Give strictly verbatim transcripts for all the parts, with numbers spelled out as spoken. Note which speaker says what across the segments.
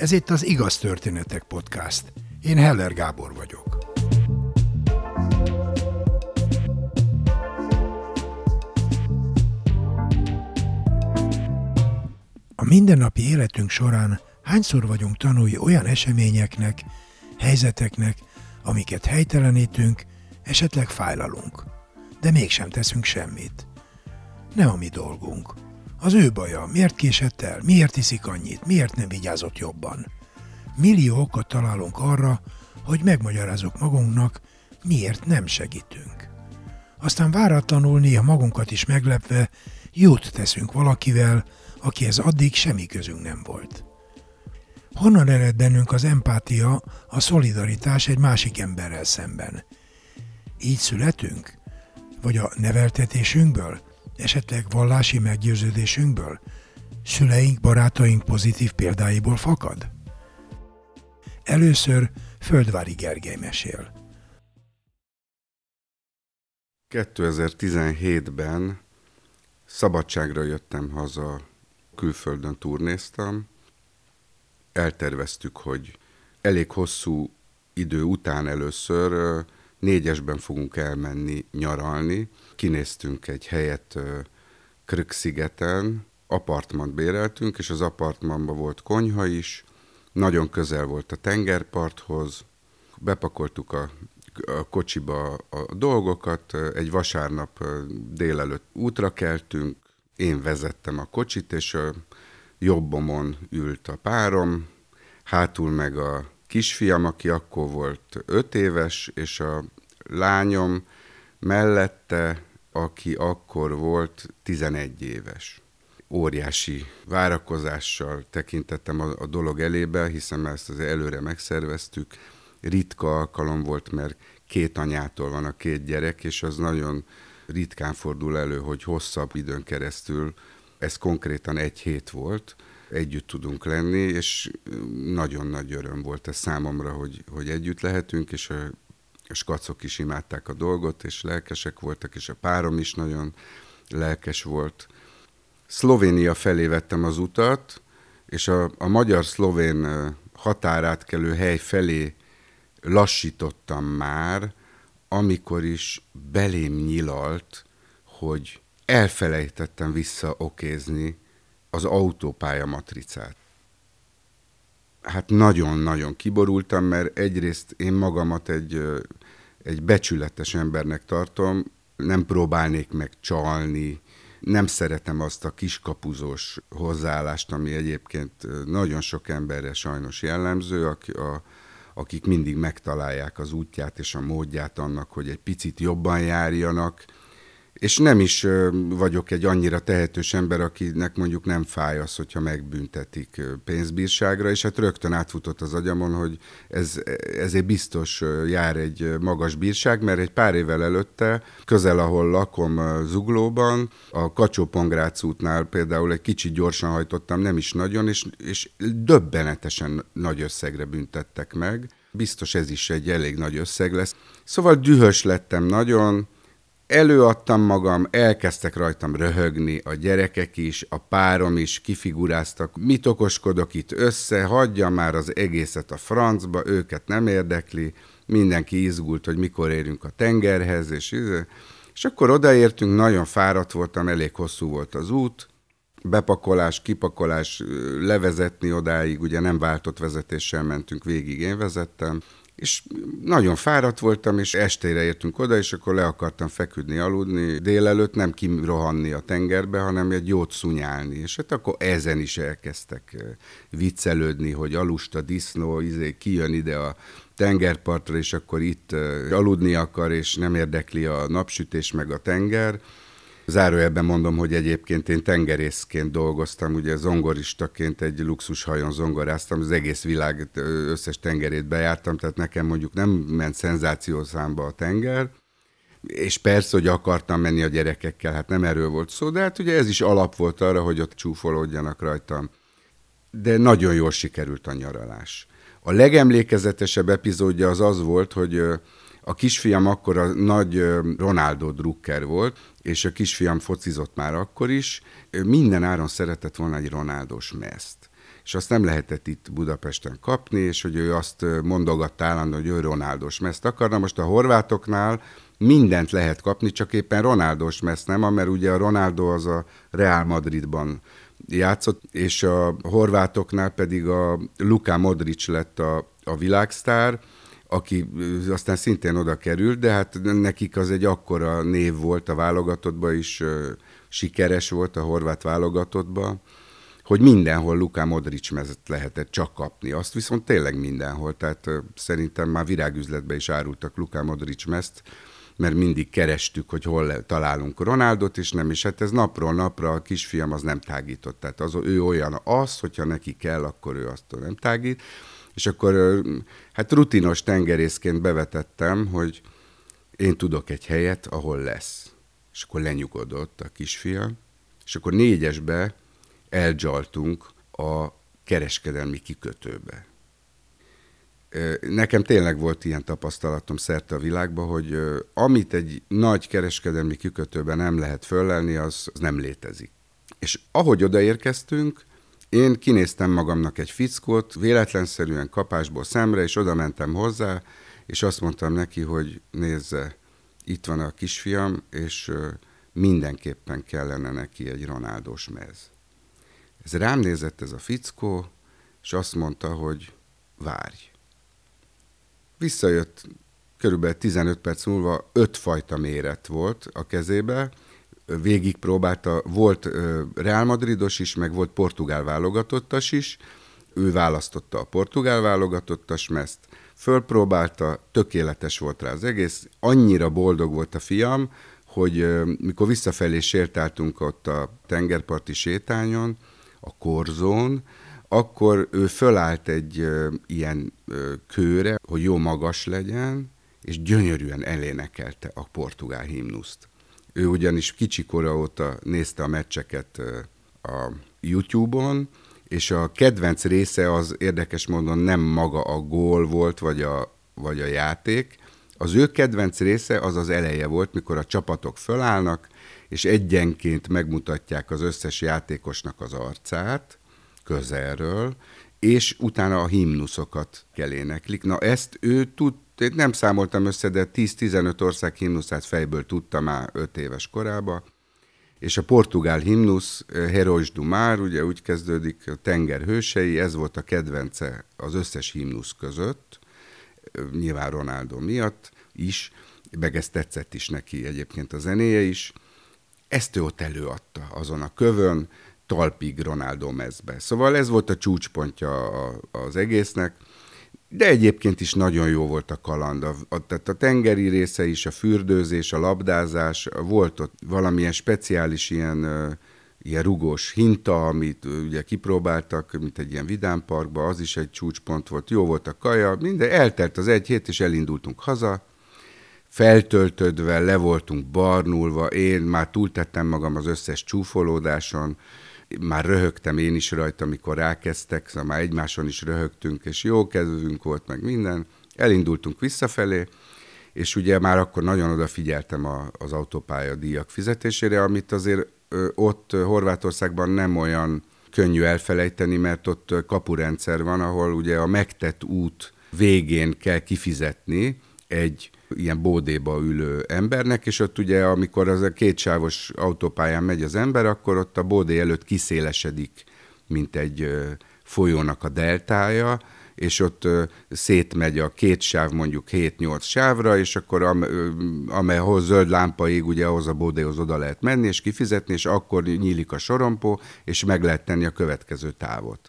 Speaker 1: Ez itt az Igaz Történetek Podcast. Én Heller Gábor vagyok. A mindennapi életünk során hányszor vagyunk tanúi olyan eseményeknek, helyzeteknek, amiket helytelenítünk, esetleg fájlalunk, de mégsem teszünk semmit. Nem a mi dolgunk. Az ő baja, miért késett el, miért iszik annyit, miért nem vigyázott jobban. Millió okot találunk arra, hogy megmagyarázzuk magunknak, miért nem segítünk. Aztán váratlanul, néha magunkat is meglepve, jót teszünk valakivel, akihez addig semmi közünk nem volt. Honnan ered bennünk az empátia, a szolidaritás egy másik emberrel szemben? Így születünk? Vagy a neveltetésünkből? Esetleg vallási meggyőződésünkből? Szüleink, barátaink pozitív példáiból fakad? Először Földvári Gergely mesél.
Speaker 2: kétezer-tizenhétben szabadságra jöttem haza, külföldön turnéztam. Elterveztük, hogy elég hosszú idő után először négyesben fogunk elmenni nyaralni. Kinéztünk egy helyet Krk-szigeten, apartmant béreltünk, és az apartmanban volt konyha is, nagyon közel volt a tengerparthoz, bepakoltuk a, a kocsiba a dolgokat, egy vasárnap délelőtt útra keltünk, én vezettem a kocsit, és a jobbomon ült a párom, hátul meg a kisfiam, aki akkor volt öt éves, és a lányom mellette, aki akkor volt tizenegy éves. Óriási várakozással tekintettem a, a dolog elébe, hiszen ezt azért előre megszerveztük. Ritka alkalom volt, mert két anyától van a két gyerek, és az nagyon ritkán fordul elő, hogy hosszabb időn keresztül, ez konkrétan egy hét volt, együtt tudunk lenni, és nagyon nagy öröm volt ez számomra, hogy, hogy együtt lehetünk, és a, a skacok is imádták a dolgot, és lelkesek voltak, és a párom is nagyon lelkes volt. Szlovénia felé vettem az utat, és a, a magyar-szlovén határátkelő hely felé lassítottam már, amikor is belém nyilalt, hogy elfelejtettem visszaokézni az autópálya matricát. Hát nagyon-nagyon kiborultam, mert egyrészt én magamat egy, egy becsületes embernek tartom, nem próbálnék meg csalni, nem szeretem azt a kiskapuzós hozzáállást, ami egyébként nagyon sok emberre sajnos jellemző, aki a akik mindig megtalálják az útját és a módját annak, hogy egy picit jobban járjanak. És nem is vagyok egy annyira tehetős ember, akinek mondjuk nem fáj az, hogyha megbüntetik pénzbírságra, és hát rögtön átfutott az agyamon, hogy ez, ezért biztos jár egy magas bírság, mert egy pár évvel előtte, közel ahol lakom Zuglóban, a Kacsó-Pongrác útnál például egy kicsit gyorsan hajtottam, nem is nagyon, és, és döbbenetesen nagy összegre büntettek meg. Biztos ez is egy elég nagy összeg lesz. Szóval dühös lettem nagyon, előadtam magam, elkezdtek rajtam röhögni, a gyerekek is, a párom is kifiguráztak, mit okoskodok itt össze, hagyja már az egészet a francba, őket nem érdekli, mindenki izgult, hogy mikor érünk a tengerhez, és, és akkor odaértünk, nagyon fáradt voltam, elég hosszú volt az út, bepakolás, kipakolás, levezetni odáig, ugye nem váltott vezetéssel mentünk végig, én vezettem, és nagyon fáradt voltam, és estére értünk oda, és akkor le akartam feküdni, aludni. Délelőtt nem kirohanni a tengerbe, hanem egy jót szunyálni. És hát akkor ezen is elkezdtek viccelődni, hogy alusta disznó, izé, kijön ide a tengerpartra, és akkor itt aludni akar, és nem érdekli a napsütés meg a tenger. Zárójelben mondom, hogy egyébként én tengerészként dolgoztam, ugye zongoristaként egy luxushajón zongoráztam, az egész világ összes tengerét bejártam, tehát nekem mondjuk nem ment szenzációszámba a tenger, és persze, hogy akartam menni a gyerekekkel, hát nem erről volt szó, de hát ugye ez is alap volt arra, hogy ott csúfolódjanak rajtam. De nagyon jól sikerült a nyaralás. A legemlékezetesebb epizódja az az volt, hogy a kisfiam akkor a nagy Ronaldo drukker volt, és a kisfiam focizott már akkor is. Minden áron szeretett volna egy Ronaldos mezt. és azt nem lehetett itt Budapesten kapni, és hogy ő azt mondogatta állandóan, hogy ő Ronaldos mezt akarna. Most a horvátoknál mindent lehet kapni, csak éppen Ronaldos mez nem, mert ugye a Ronaldo az a Real Madridban játszott, és a horvátoknál pedig a Luka Modric lett a, a világsztár, aki aztán szintén oda került, de hát nekik az egy akkora név volt a válogatottban is, sikeres volt a horvát válogatottban, hogy mindenhol Luka Modric mezet lehetett csak kapni. Azt viszont tényleg mindenhol, tehát szerintem már virágüzletben is árultak Luka Modric mezt, mert mindig kerestük, hogy hol találunk Ronaldot, és nem is. Hát ez napról napra a kisfiam az nem tágított. Tehát az, ő olyan az, hogyha neki kell, akkor ő azt nem tágít. És akkor hát rutinos tengerészként bevetettem, hogy én tudok egy helyet, ahol lesz. És akkor lenyugodott a kisfiam, és akkor négyesbe eldzsaltunk a kereskedelmi kikötőbe. Nekem tényleg volt ilyen tapasztalatom szerte a világban, hogy amit egy nagy kereskedelmi kikötőben nem lehet föllelni, az, az nem létezik. És ahogy odaérkeztünk, én kinéztem magamnak egy fickót, véletlenszerűen kapásból szemre, és oda mentem hozzá, és azt mondtam neki, hogy nézze, itt van a kisfiam, és mindenképpen kellene neki egy Ronaldos mez. Ez rám nézett ez a fickó, és azt mondta, hogy várj. Visszajött körülbelül tizenöt perc múlva, öt fajta méret volt a kezébe, végig próbálta, volt Real Madridos is, meg volt portugál válogatottas is, ő választotta a portugál válogatottas mezt, fölpróbálta, tökéletes volt rá az egész, annyira boldog volt a fiam, hogy mikor visszafelé sétáltunk ott a tengerparti sétányon, a korzón, akkor ő fölállt egy ö, ilyen ö, kőre, hogy jó magas legyen, és gyönyörűen elénekelte a portugál himnuszt. Ő ugyanis kicsikora óta nézte a meccseket ö, a YouTube-on, és a kedvenc része az érdekes módon nem maga a gól volt, vagy a, vagy a játék. Az ő kedvenc része az az eleje volt, mikor a csapatok fölállnak, és egyenként megmutatják az összes játékosnak az arcát, közelről, és utána a himnuszokat kell éneklik. Na ezt ő tud, nem számoltam össze, de tíz-tizenöt ország himnuszát fejből tudta már öt éves korában, és a portugál himnusz, Heróis do Mar, ugye úgy kezdődik, a tenger hősei, ez volt a kedvence az összes himnusz között, nyilván Ronaldo miatt is, meg ez tetszett is neki egyébként a zenéje is. Ezt ő ott előadta azon a kövön, talpig Ronaldo mezbe. Szóval ez volt a csúcspontja az egésznek, de egyébként is nagyon jó volt a kaland. A, a, tehát a tengeri része is, a fürdőzés, a labdázás, volt ott valamilyen speciális ilyen, ilyen rugós hinta, amit ugye kipróbáltak, mint egy ilyen vidámparkba, az is egy csúcspont volt, jó volt a kaja, minden, eltelt az egy hét, és elindultunk haza, feltöltödve, le voltunk barnulva, én már túltettem magam az összes csúfolódáson, már röhögtem én is rajta, amikor rákezdtek, szóval már egymáson is röhögtünk, és jó kedvünk volt, meg minden. Elindultunk visszafelé, és ugye már akkor nagyon odafigyeltem a, az autópálya díjak fizetésére, amit azért ö, ott Horvátországban nem olyan könnyű elfelejteni, mert ott kapurendszer van, ahol ugye a megtett út végén kell kifizetni egy ilyen bódéba ülő embernek, és ott ugye, amikor az a kétsávos autópályán megy az ember, akkor ott a bódé előtt kiszélesedik, mint egy folyónak a deltája, és ott szétmegy a két sáv mondjuk hét-nyolc sávra, és akkor amelyhoz zöld lámpa ég, ugye ahhoz a bódéhoz oda lehet menni, és kifizetni, és akkor nyílik a sorompó, és meg lehet tenni a következő távot.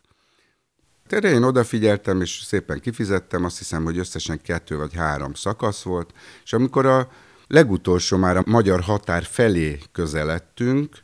Speaker 2: Erre én odafigyeltem, és szépen kifizettem, azt hiszem, hogy összesen kettő vagy három szakasz volt, és amikor a legutolsó már a magyar határ felé közeledtünk,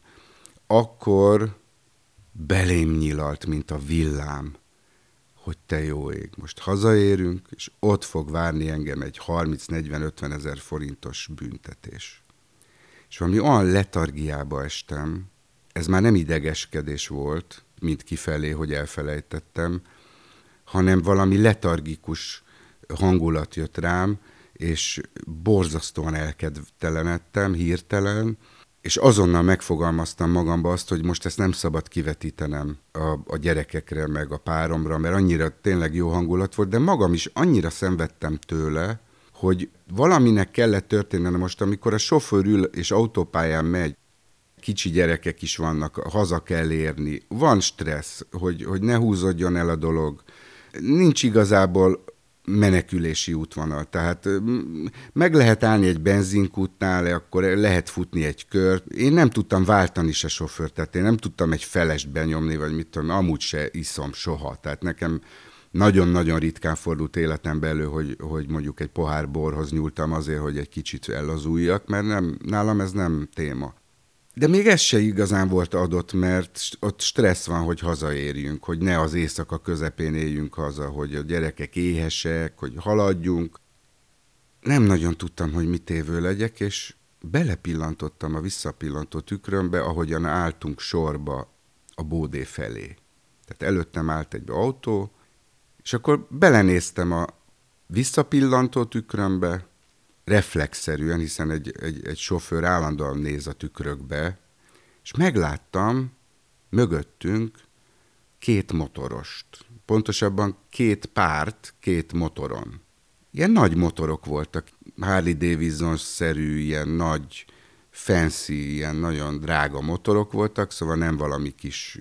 Speaker 2: akkor belém nyilalt, mint a villám, hogy te jó ég, most hazaérünk, és ott fog várni engem egy harminc-negyven-ötven ezer forintos büntetés. És valami olyan letargiába estem, ez már nem idegeskedés volt, mint kifelé, hogy elfelejtettem, hanem valami letargikus hangulat jött rám, és borzasztóan elkedvetelenedtem, hirtelen, és azonnal megfogalmaztam magamba azt, hogy most ezt nem szabad kivetítenem a, a gyerekekre, meg a páromra, mert annyira tényleg jó hangulat volt, de magam is annyira szenvedtem tőle, hogy valaminek kellett történnem most, amikor a sofőr ül és autópályán megy, kicsi gyerekek is vannak, haza kell érni, van stressz, hogy, hogy ne húzódjon el a dolog. Nincs igazából menekülési útvonal, tehát meg lehet állni egy benzinkútnál, akkor lehet futni egy kört. Én nem tudtam váltani se sofőrt, tehát én nem tudtam egy felest benyomni, vagy mit tudom, amúgy se iszom soha, tehát nekem nagyon-nagyon ritkán fordult életembe elő, hogy, hogy mondjuk egy pohár borhoz nyúltam azért, hogy egy kicsit ellazuljak, mert nem, nálam ez nem téma. De még ez se igazán volt adott, mert ott stressz van, hogy hazaérjünk, hogy ne az éjszaka közepén éljünk haza, hogy a gyerekek éhesek, hogy haladjunk. Nem nagyon tudtam, hogy mit évő legyek, és belepillantottam a visszapillantó tükrömbe, ahogyan álltunk sorba a bódé felé. Tehát előttem állt egy autó, és akkor belenéztem a visszapillantó tükrömbe, reflexzerűen, hiszen egy, egy, egy sofőr állandóan néz a tükrökbe, és megláttam mögöttünk két motorost. Pontosabban két párt, két motoron. Ilyen nagy motorok voltak, Harley Davidson-szerű, ilyen nagy, fancy, ilyen nagyon drága motorok voltak, szóval nem valami kis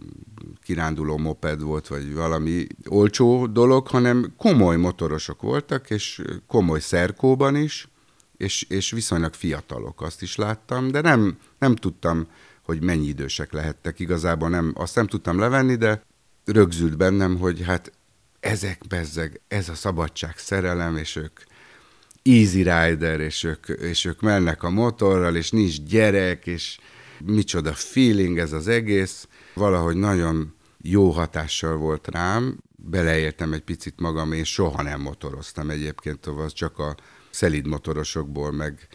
Speaker 2: kiránduló moped volt, vagy valami olcsó dolog, hanem komoly motorosok voltak, és komoly szerkóban is, és, és viszonylag fiatalok, azt is láttam, de nem, nem tudtam, hogy mennyi idősek lehettek. Igazából nem, azt nem tudtam levenni, de rögzült bennem, hogy hát ezek bezzeg, ez a szabadság szerelem, és ők Easy Rider, és ők, és ők mennek a motorral, és nincs gyerek, és micsoda feeling ez az egész. Valahogy nagyon jó hatással volt rám, beleértem egy picit magam, én soha nem motoroztam egyébként, tovább csak a szelíd motorosokból, meg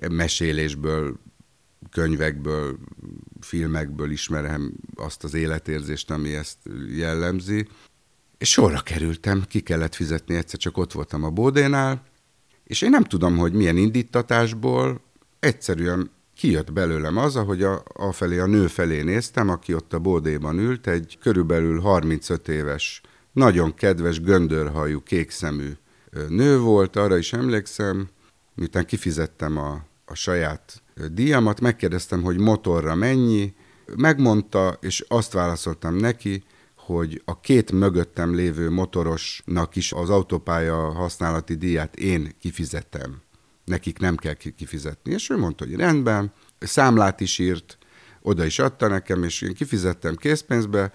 Speaker 2: mesélésből, könyvekből, filmekből ismerem azt az életérzést, ami ezt jellemzi. És sorra kerültem, ki kellett fizetni, egyszer csak ott voltam a bódénál, és én nem tudom, hogy milyen indítatásból egyszerűen kijött belőlem az, ahogy a, a felé, a nő felé néztem, aki ott a bódéban ült, egy körülbelül harmincöt éves, nagyon kedves, göndörhajú, kékszemű nő volt, arra is emlékszem, miután kifizettem a, a saját díjamat, megkérdeztem, hogy motorra mennyi, megmondta, és azt válaszoltam neki, hogy a két mögöttem lévő motorosnak is az autópálya használati díját én kifizetem. Nekik nem kell kifizetni. És ő mondta, hogy rendben, számlát is írt, oda is adta nekem, és én kifizettem készpénzbe.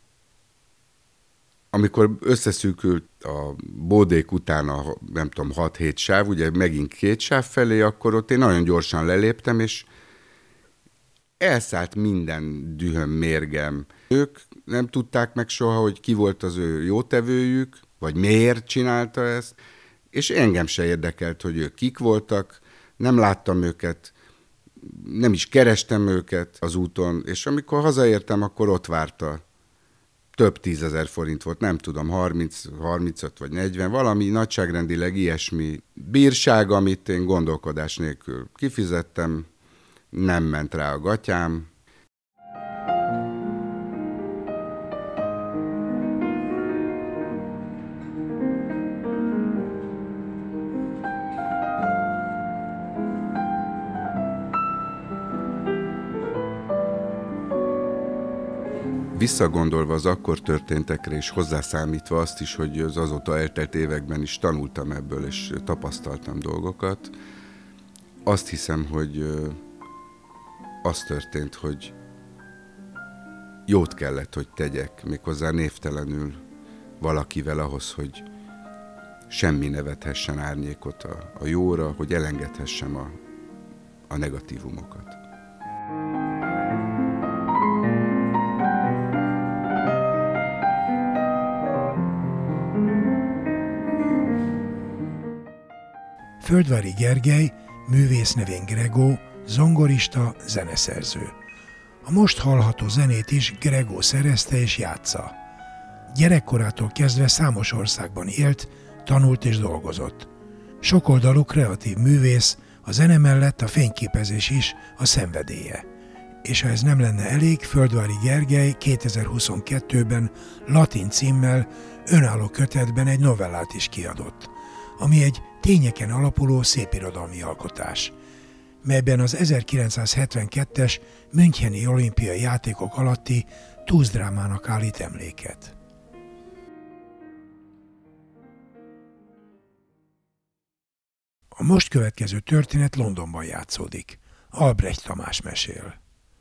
Speaker 2: Amikor összeszűkült a bódék után a, nem tudom, hat-hét sáv, ugye megint két sáv felé, akkor ott én nagyon gyorsan leléptem, és elszállt minden dühöm, mérgem. Ők nem tudták meg soha, hogy ki volt az ő jótevőjük, vagy miért csinálta ezt, és engem se érdekelt, hogy ők kik voltak, nem láttam őket, nem is kerestem őket az úton, és amikor hazaértem, akkor ott várta. Több tízezer forint volt, nem tudom, harminc, harmincöt vagy negyven, valami nagyságrendileg ilyesmi bírság, amit én gondolkodás nélkül kifizettem, nem ment rá a gatyám. Visszagondolva az akkor történtekre, és hozzászámítva azt is, hogy az azóta eltelt években is tanultam ebből, és tapasztaltam dolgokat, azt hiszem, hogy az történt, hogy jót kellett, hogy tegyek, méghozzá névtelenül valakivel ahhoz, hogy semmi ne vethessen árnyékot a, a jóra, hogy elengedhessem a, a negatívumokat.
Speaker 1: Földvári Gergely, művész nevén Gregó, zongorista, zeneszerző. A most hallható zenét is Gregó szerezte és játsza. Gyerekkorától kezdve számos országban élt, tanult és dolgozott. Sokoldalú kreatív művész, A zene mellett a fényképezés is a szenvedélye. És ha ez nem lenne elég, Földvári Gergely kétezer-huszonkettőben latin címmel önálló kötetben egy novellát is kiadott, ami egy tényeken alapuló szépirodalmi alkotás, melyben az ezerkilencszázhetvenkettes Müncheni olimpiai játékok alatti túszdrámának állít emléket. A most következő történet Londonban játszódik. Albrecht Tamás mesél.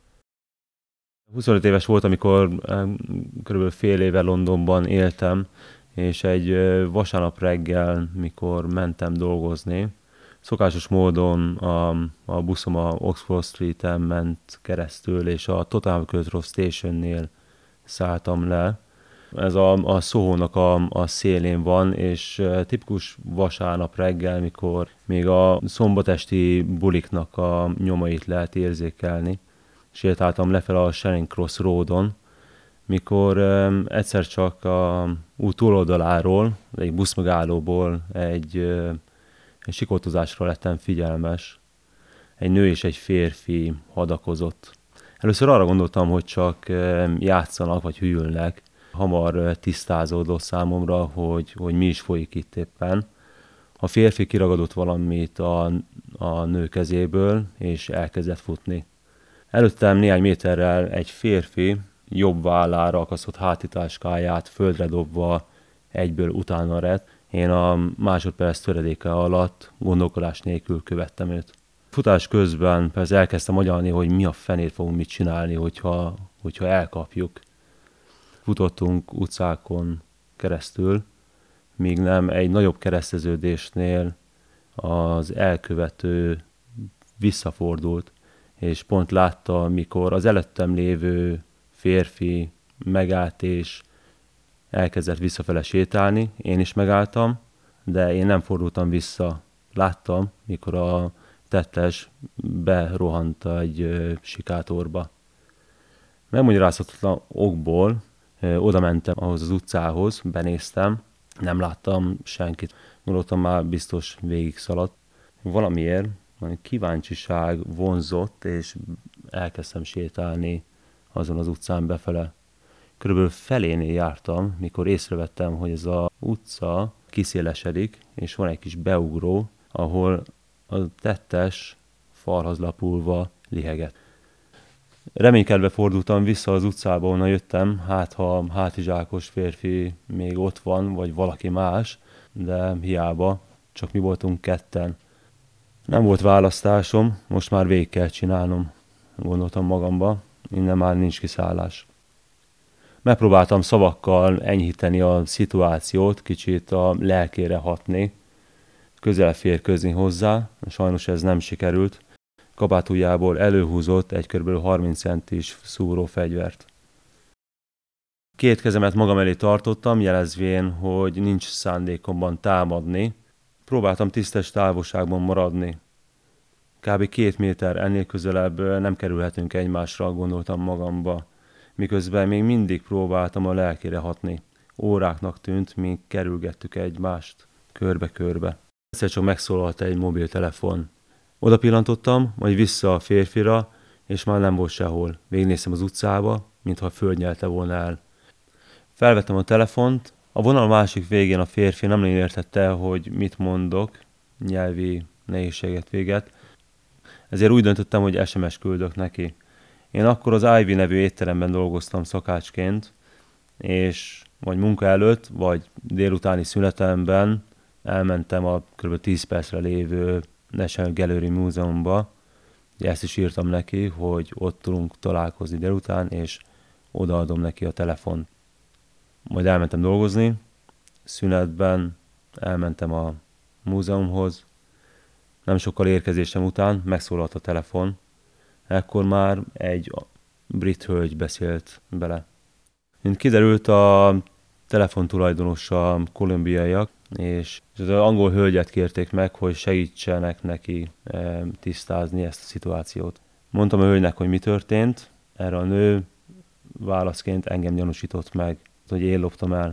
Speaker 3: huszonöt éves volt, amikor körülbelül fél éve Londonban éltem, és egy vasárnap reggel, mikor mentem dolgozni, szokásos módon a, a buszom a Oxford Street-en ment keresztül, és a Tottenham Court Road Station-nél szálltam le. Ez a, a Soho-nak a, a szélén van, és tipikus vasárnap reggel, mikor még a szombatesti buliknak a nyomait lehet érzékelni, sétáltam lefelé a Charing Cross Roadon, mikor um, egyszer csak a út túloldaláról, egy buszmegállóból egy, uh, egy sikoltozásra lettem figyelmes. Egy nő és egy férfi hadakozott. Először arra gondoltam, hogy csak um, játszanak vagy hűlnek. Hamar uh, tisztázódott számomra, hogy, hogy mi is folyik itt éppen. A férfi kiragadott valamit a, a nő kezéből, és elkezdett futni. Előttem néhány méterrel egy férfi jobb vállára akasztott hátitáskáját földre dobva egyből utána eredt. Én a másodperc töredéke alatt gondolkodás nélkül követtem őt. Futás közben persze elkezdtem agyalni, hogy mi a fenét fogunk mit csinálni, hogyha, hogyha elkapjuk. Futottunk utcákon keresztül, míg nem egy nagyobb kereszteződésnél az elkövető visszafordult, és pont látta, mikor az előttem lévő férfi megállt és elkezdett visszafele sétálni. Én is megálltam, de én nem fordultam vissza. Láttam, mikor a tettes berohant egy sikátorba. Megmagyarázhatatlan okból oda mentem ahhoz az utcához, benéztem, nem láttam senkit. Gondoltam, már biztos végig szaladt. Valamiért kíváncsiság vonzott, és elkezdtem sétálni azon az utcán befele. Körülbelül felénél jártam, mikor észrevettem, hogy ez az utca kiszélesedik, és van egy kis beugró, ahol a tettes falhoz lapulva liheget. Reménykedve fordultam vissza az utcába, onnan jöttem, hát ha a hátizsákos férfi még ott van, vagy valaki más, de hiába, csak mi voltunk ketten. Nem volt választásom, most már végig kell csinálnom, gondoltam magamba, innen már nincs kiszállás. Megpróbáltam szavakkal enyhíteni a szituációt, kicsit a lelkére hatni, közel férkőzni hozzá, sajnos ez nem sikerült. Kabátujjából előhúzott egy kb. harminc centis szúrófegyvert. Két kezemet magam elé tartottam, jelezvén, hogy nincs szándékomban támadni. Próbáltam tisztes távolságban maradni. Kb. két méter ennél közelebb nem kerülhetünk egymásra, gondoltam magamba. Miközben még mindig próbáltam a lelkére hatni. Óráknak tűnt, míg kerülgettük egymást, körbe-körbe. Egyszer csak megszólalt egy mobiltelefon. Oda pillantottam, majd vissza a férfira, és már nem volt sehol. Végignéztem az utcába, mintha földnyelte volna el. Felvettem a telefont, a vonal másik végén a férfi nem nagyon értette, hogy mit mondok, nyelvi nehézséget véget, ezért úgy döntöttem, hogy es em es küldök neki. Én akkor az Ivy nevű étteremben dolgoztam szakácsként, és vagy munka előtt, vagy délutáni szünetemben elmentem a kb. tíz percre lévő National Gallery Múzeumba. Ezt is írtam neki, hogy ott tudunk találkozni délután, és odaadom neki a telefont. Majd elmentem dolgozni, szünetben elmentem a múzeumhoz. Nem sokkal érkezésem után megszólalt a telefon. Ekkor már egy brit hölgy beszélt bele. Mint kiderült, a telefon tulajdonosa kolumbiaiak, és az angol hölgyet kérték meg, hogy segítsenek neki tisztázni ezt a szituációt. Mondtam a hölgynek, hogy mi történt. Erre a nő válaszként engem gyanúsított meg, hogy én loptam el.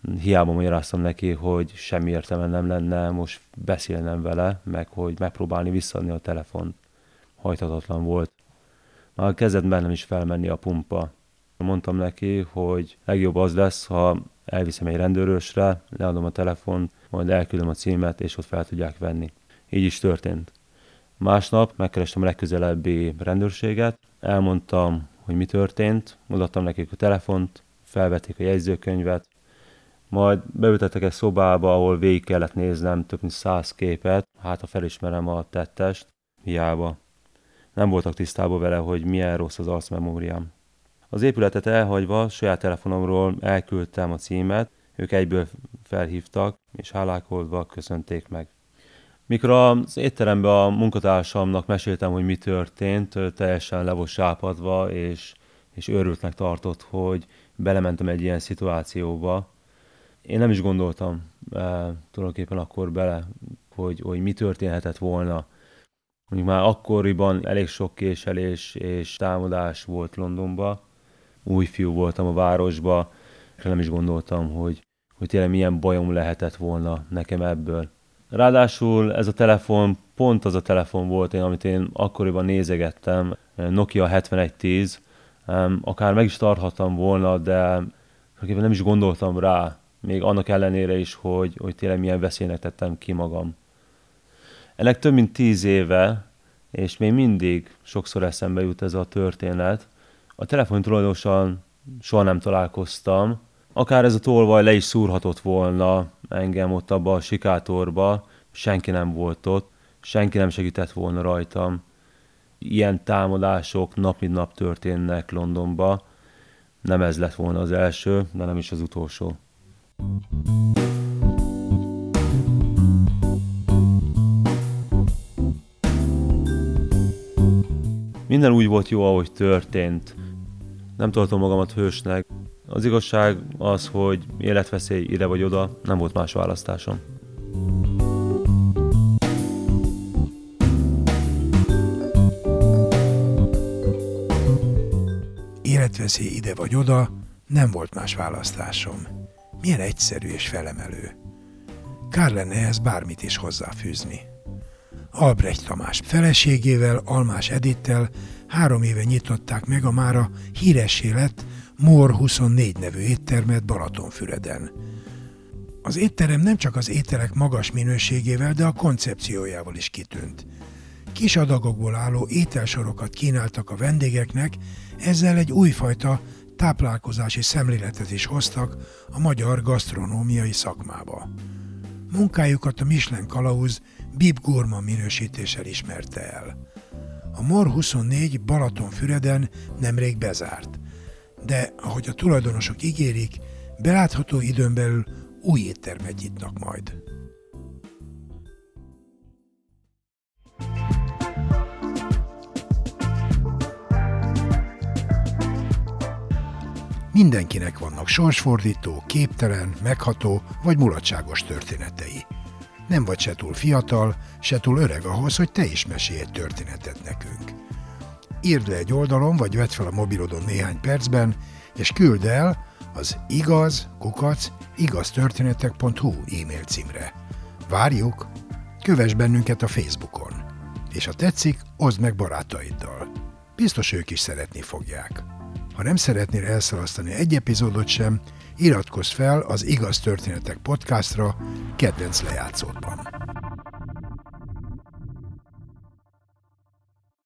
Speaker 3: Hiába magyaráztam neki, hogy semmi értelme nem lenne most beszélnem vele, meg hogy megpróbálni visszaadni a telefont. Hajthatatlan volt. Már kezdett bennem is felmenni a pumpa. Mondtam neki, hogy legjobb az lesz, ha elviszem egy rendőrösre, leadom a telefont, majd elküldöm a címet, és ott fel tudják venni. Így is történt. Másnap megkerestem a legközelebbi rendőrséget, elmondtam, hogy mi történt, mutattam nekik a telefont, felvették a jegyzőkönyvet, majd beültettek egy szobába, ahol végig kellett néznem több mint száz képet, hát ha felismerem a tettest, hiába. Nem voltak tisztában vele, hogy milyen rossz az arcmemóriám. Az épületet elhagyva saját telefonomról elküldtem a címet, ők egyből felhívtak, és hálákolva köszönték meg. Mikor az étteremben a munkatársamnak meséltem, hogy mi történt, teljesen le volt sápadva, és, és őrültnek tartott, hogy belementem egy ilyen szituációba. Én nem is gondoltam e, tulajdonképpen akkor bele, hogy, hogy mi történhetett volna. Mondjuk már akkoriban elég sok késelés és támadás volt Londonban. Új fiú voltam a városba, és nem is gondoltam, hogy, hogy tényleg milyen bajom lehetett volna nekem ebből. Ráadásul ez a telefon pont az a telefon volt, én, amit én akkoriban nézegettem, Nokia hetvenegy tíz, akár meg is tarthattam volna, de nem is gondoltam rá, még annak ellenére is, hogy, hogy tényleg milyen veszélynek tettem ki magam. Ennek több mint tíz éve, és még mindig sokszor eszembe jut ez a történet. A telefon tulajdonosan soha nem találkoztam. Akár ez a tolvaj le is szúrhatott volna engem ott abba a sikátorba, senki nem volt ott, senki nem segített volna rajtam. Ilyen támadások nap mint nap történnek Londonba. Nem ez lett volna az első, de nem is az utolsó. Minden úgy volt jó, ahogy történt. Nem tartom magamat hősnek. Az igazság az, hogy életveszély ide vagy oda, nem volt más választásom.
Speaker 1: Életveszély ide vagy oda, nem volt más választásom. Milyen egyszerű és felemelő. Kár lenne ehhez bármit is hozzáfűzni. Albrecht Tamás feleségével, Almás Edittel három éve nyitották meg a mára híressé lett Mor huszonnégy nevű éttermet Balatonfüreden. Az étterem nem csak az ételek magas minőségével, de a koncepciójával is kitűnt. Kis adagokból álló ételsorokat kínáltak a vendégeknek, ezzel egy újfajta táplálkozási szemléletet is hoztak a magyar gasztronómiai szakmába. Munkájukat a Michelin kalauz Bib Gourmand minősítéssel ismerte el. A Mor huszonnégy Balatonfüreden nemrég bezárt, de ahogy a tulajdonosok ígérik, belátható időn belül új éttermet nyitnak majd. Mindenkinek vannak sorsfordító, képtelen, megható vagy mulatságos történetei. Nem vagy se túl fiatal, se túl öreg ahhoz, hogy te is mesélj egy történetet nekünk. Írd le egy oldalon, vagy vedd fel a mobilodon néhány percben, és küld el az igaz kukac igaztörténetek pont hu e-mail címre. Várjuk! Kövess bennünket a Facebookon, és ha tetszik, oszd meg barátaiddal. Biztos ők is szeretni fogják. Ha nem szeretnél elszalasztani egy epizódot sem, iratkozz fel az Igaz Történetek podcastra kedvenc lejátszódban.